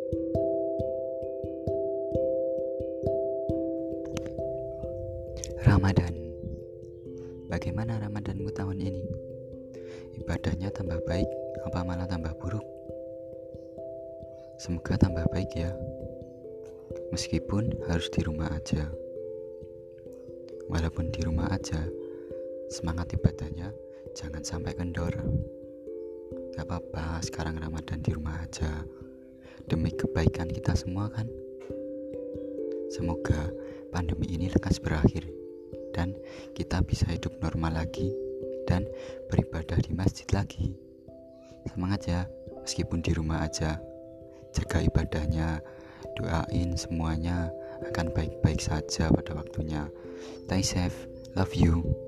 Ramadan. Bagaimana Ramadanmu tahun ini? Ibadahnya tambah baik apa malah tambah buruk? Semoga tambah baik ya. Meskipun harus di rumah aja. Walaupun di rumah aja, semangat ibadahnya jangan sampai kendor. Gak apa-apa, sekarang Ramadan di rumah aja. Demi kebaikan kita semua kan. Semoga pandemi ini lekas berakhir dan kita bisa hidup normal lagi dan beribadah di masjid lagi. Semangat ya, meskipun di rumah aja. Jaga ibadahnya, doain semuanya akan baik-baik saja pada waktunya. Stay safe, love you.